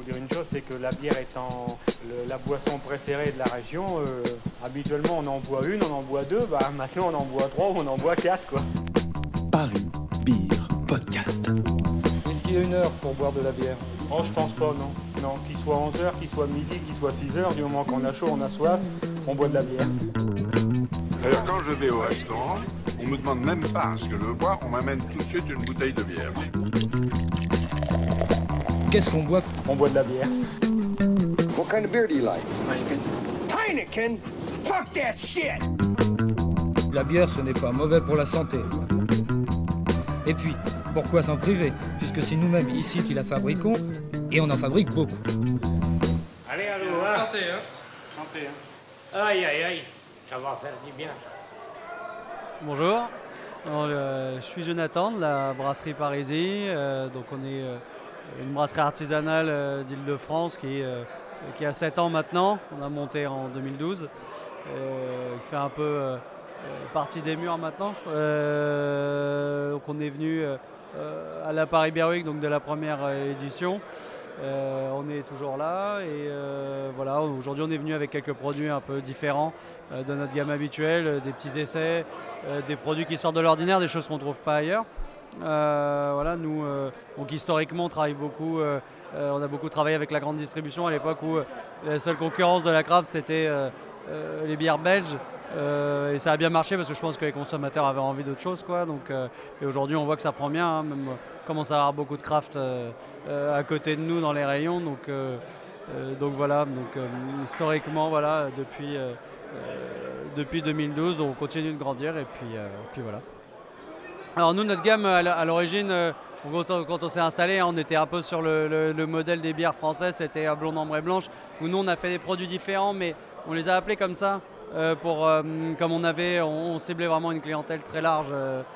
dire une chose, c'est que la bière étant la boisson préférée de la région, habituellement on en boit une, on en boit deux, maintenant on en boit trois ou on en boit quatre, quoi. Paris Beer Podcast. Est-ce qu'il y a une heure pour boire de la bière? Oh, je pense pas, non. Non, qu'il soit 11h, qu'il soit midi, qu'il soit 6h, du moment qu'on a chaud, on a soif, on boit de la bière. D'ailleurs, quand je vais au restaurant, on me demande même pas ce que je veux boire, on m'amène tout de suite une bouteille de bière. Qu'est-ce qu'on boit? On boit de la bière. What kind of beer do you like? Heineken? Fuck that shit! La bière, ce n'est pas mauvais pour la santé. Et puis, pourquoi s'en priver, puisque c'est nous-mêmes ici qui la fabriquons, et on en fabrique beaucoup. Allez, allô, Santé, hein? Santé, hein. Aïe, aïe, aïe, ça va faire du bien. Bonjour, alors, je suis Jonathan de la brasserie Parisie. Donc on est une brasserie artisanale d'Île-de-France qui a 7 ans maintenant. On a monté en 2012, qui fait un peu partie des murs maintenant. Donc on est venu à la Paris Beer Week, donc de la première édition. On est toujours là et voilà, aujourd'hui on est venu avec quelques produits un peu différents de notre gamme habituelle, des petits essais, des produits qui sortent de l'ordinaire, des choses qu'on ne trouve pas ailleurs. Voilà, nous, donc historiquement on travaille beaucoup, on a beaucoup travaillé avec la grande distribution à l'époque où la seule concurrence de la craft c'était les bières belges. Et ça a bien marché parce que je pense que les consommateurs avaient envie d'autre chose, quoi. Donc, et aujourd'hui on voit que ça prend bien, hein, même commence à avoir beaucoup de craft à côté de nous dans les rayons. Donc voilà, donc, historiquement voilà, depuis 2012 on continue de grandir et puis voilà. Alors nous notre gamme à l'origine, quand on s'est installé, on était un peu sur le modèle des bières françaises, c'était blonde, ambre et blanche, où nous on a fait des produits différents mais on les a appelés comme ça. Comme on ciblait vraiment une clientèle très large,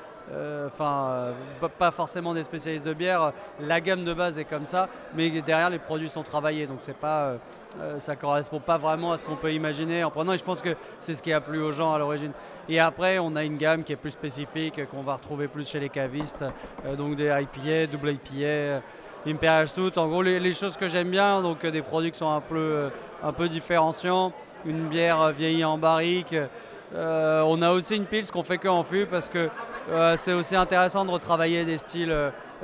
pas forcément des spécialistes de bière. La gamme de base est comme ça, mais derrière les produits sont travaillés, donc c'est pas, ça correspond pas vraiment à ce qu'on peut imaginer en prenant. Et je pense que c'est ce qui a plu aux gens à l'origine. Et après, on a une gamme qui est plus spécifique, qu'on va retrouver plus chez les cavistes, donc des IPA, double IPA. Imperial Stout, en gros les choses que j'aime bien, donc des produits qui sont un peu différenciants. Une bière vieillie en barrique. On a aussi une pils qu'on fait que en fût parce que c'est aussi intéressant de retravailler des styles,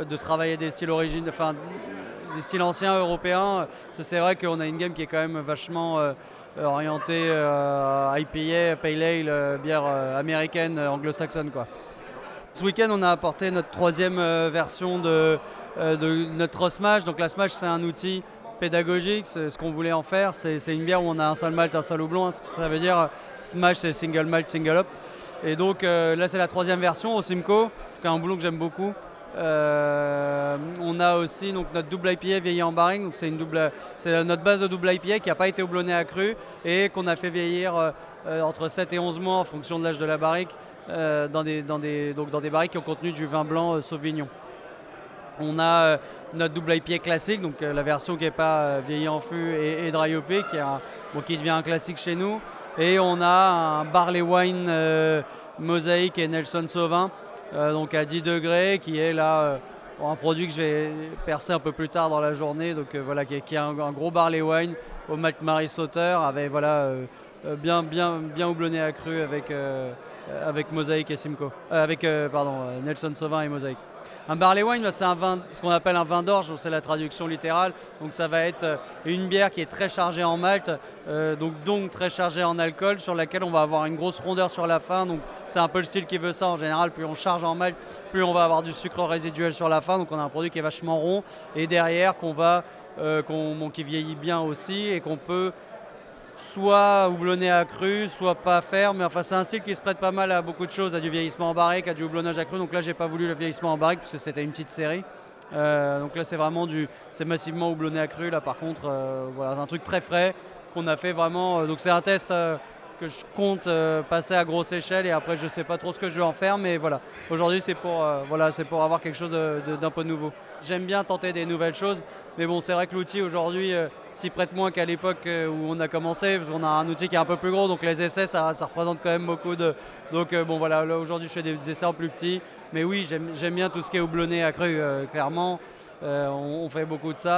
enfin des styles anciens européens. C'est vrai qu'on a une gamme qui est quand même vachement orientée IPA, Pale Ale, bière américaine, anglo-saxonne, quoi. Ce week-end, on a apporté notre troisième version de notre Smash. Donc la Smash, c'est un outil pédagogique, c'est ce qu'on voulait en faire. C'est une bière où on a un seul malt, un seul houblon. Ça veut dire Smash, c'est single malt, single hop. Et donc là, c'est la troisième version au Simcoe, qui est un houblon que j'aime beaucoup. On a aussi donc, notre double IPA vieilli en barrique. Donc c'est notre base de double IPA qui n'a pas été houblonnée à cru et qu'on a fait vieillir entre 7 et 11 mois en fonction de l'âge de la barrique dans des barriques qui ont contenu du vin blanc Sauvignon. On a notre double IPA classique, donc la version qui n'est pas vieillie en fût et dry hoppée, qui devient un classique chez nous. Et on a un barley wine mosaïque et Nelson Sauvin, donc à 10 degrés, qui est là un produit que je vais percer un peu plus tard dans la journée, donc voilà, qui est un gros barley wine au malt Marie Sauter, avec voilà bien houblonné à cru avec mosaïque et Simcoe, Nelson Sauvin et mosaïque. Un barley wine, c'est un vin, ce qu'on appelle un vin d'orge, c'est la traduction littérale. Donc ça va être une bière qui est très chargée en malt, donc très chargée en alcool, sur laquelle on va avoir une grosse rondeur sur la fin. Donc c'est un peu le style qui veut ça en général. Plus on charge en malt, plus on va avoir du sucre résiduel sur la fin. Donc on a un produit qui est vachement rond et derrière qui vieillit bien aussi et qu'on peut soit houblonner à cru, soit pas faire, mais enfin c'est un style qui se prête pas mal à beaucoup de choses, à du vieillissement en barrique, à du houblonnage à cru. Donc là j'ai pas voulu le vieillissement en barrique parce que c'était une petite série. Donc là c'est massivement houblonné à cru. Là par contre voilà, un truc très frais qu'on a fait vraiment. Donc c'est un test que je compte passer à grosse échelle et après je sais pas trop ce que je vais en faire, mais voilà. Aujourd'hui c'est pour avoir quelque chose d'un peu nouveau. J'aime bien tenter des nouvelles choses, mais bon c'est vrai que l'outil aujourd'hui s'y prête moins qu'à l'époque où on a commencé, parce qu'on a un outil qui est un peu plus gros, donc les essais ça représente quand même beaucoup de... Donc bon voilà, là aujourd'hui je fais des essais en plus petits, mais oui j'aime bien tout ce qui est houblonné à cru, clairement, on fait beaucoup de ça.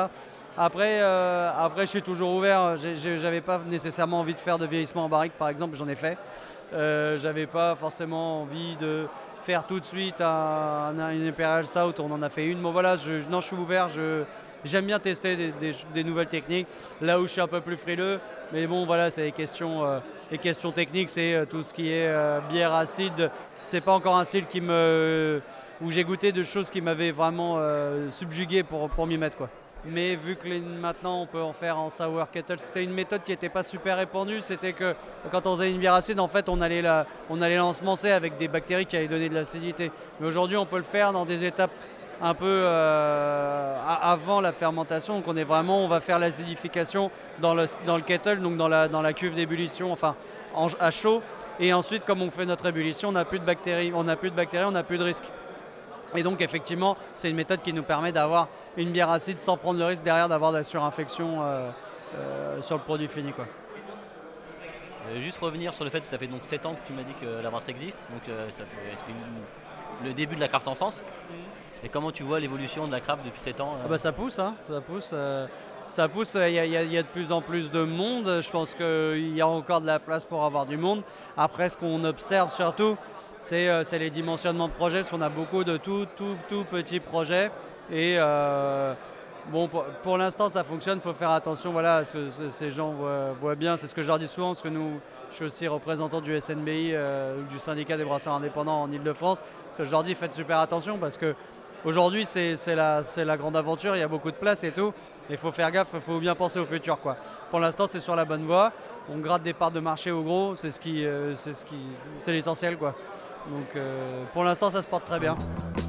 Après, je suis toujours ouvert. J'avais pas nécessairement envie de faire de vieillissement en barrique, par exemple, j'en ai fait. J'avais pas forcément envie de faire tout de suite une Imperial Stout. On en a fait une. Bon voilà, je suis ouvert. J'aime bien tester des nouvelles techniques. Là où je suis un peu plus frileux, mais bon voilà, c'est les questions techniques, c'est tout ce qui est bière acide. C'est pas encore un style où j'ai goûté de choses qui m'avaient vraiment subjugué pour m'y mettre, quoi. Mais vu que maintenant on peut en faire en sour kettle, c'était une méthode qui n'était pas super répandue. C'était que quand on faisait une bière acide, en fait on allait l'ensemencer avec des bactéries qui allaient donner de l'acidité. Mais aujourd'hui on peut le faire dans des étapes un peu avant la fermentation. Donc on va faire l'acidification dans le kettle, donc dans la cuve d'ébullition, enfin à chaud. Et ensuite, comme on fait notre ébullition, on n'a plus de bactéries, on n'a plus de risque. Et donc effectivement, c'est une méthode qui nous permet d'avoir une bière acide sans prendre le risque derrière d'avoir de la surinfection sur le produit fini, quoi. Juste revenir sur le fait que ça fait donc 7 ans que tu m'as dit que la brasserie existe, donc c'était le début de la craft en France. Et comment tu vois l'évolution de la craft depuis 7 ans Ça pousse, hein, ça pousse. Il y a de plus en plus de monde. Je pense qu'il y a encore de la place pour avoir du monde. Après, ce qu'on observe surtout, c'est les dimensionnements de projets, parce qu'on a beaucoup de tout petits projets. Et pour l'instant, ça fonctionne. Il faut faire attention, voilà, à ce que ces gens voient bien. C'est ce que je leur dis souvent, parce que je suis aussi représentant du SNBI, du syndicat des brasseurs indépendants en Ile-de-France. Je leur dis, faites super attention, parce que aujourd'hui, c'est la grande aventure. Il y a beaucoup de place et tout. Il faut faire gaffe, il faut bien penser au futur, quoi. Pour l'instant, c'est sur la bonne voie. On gratte des parts de marché au gros, c'est l'essentiel, quoi. Donc, pour l'instant, ça se porte très bien.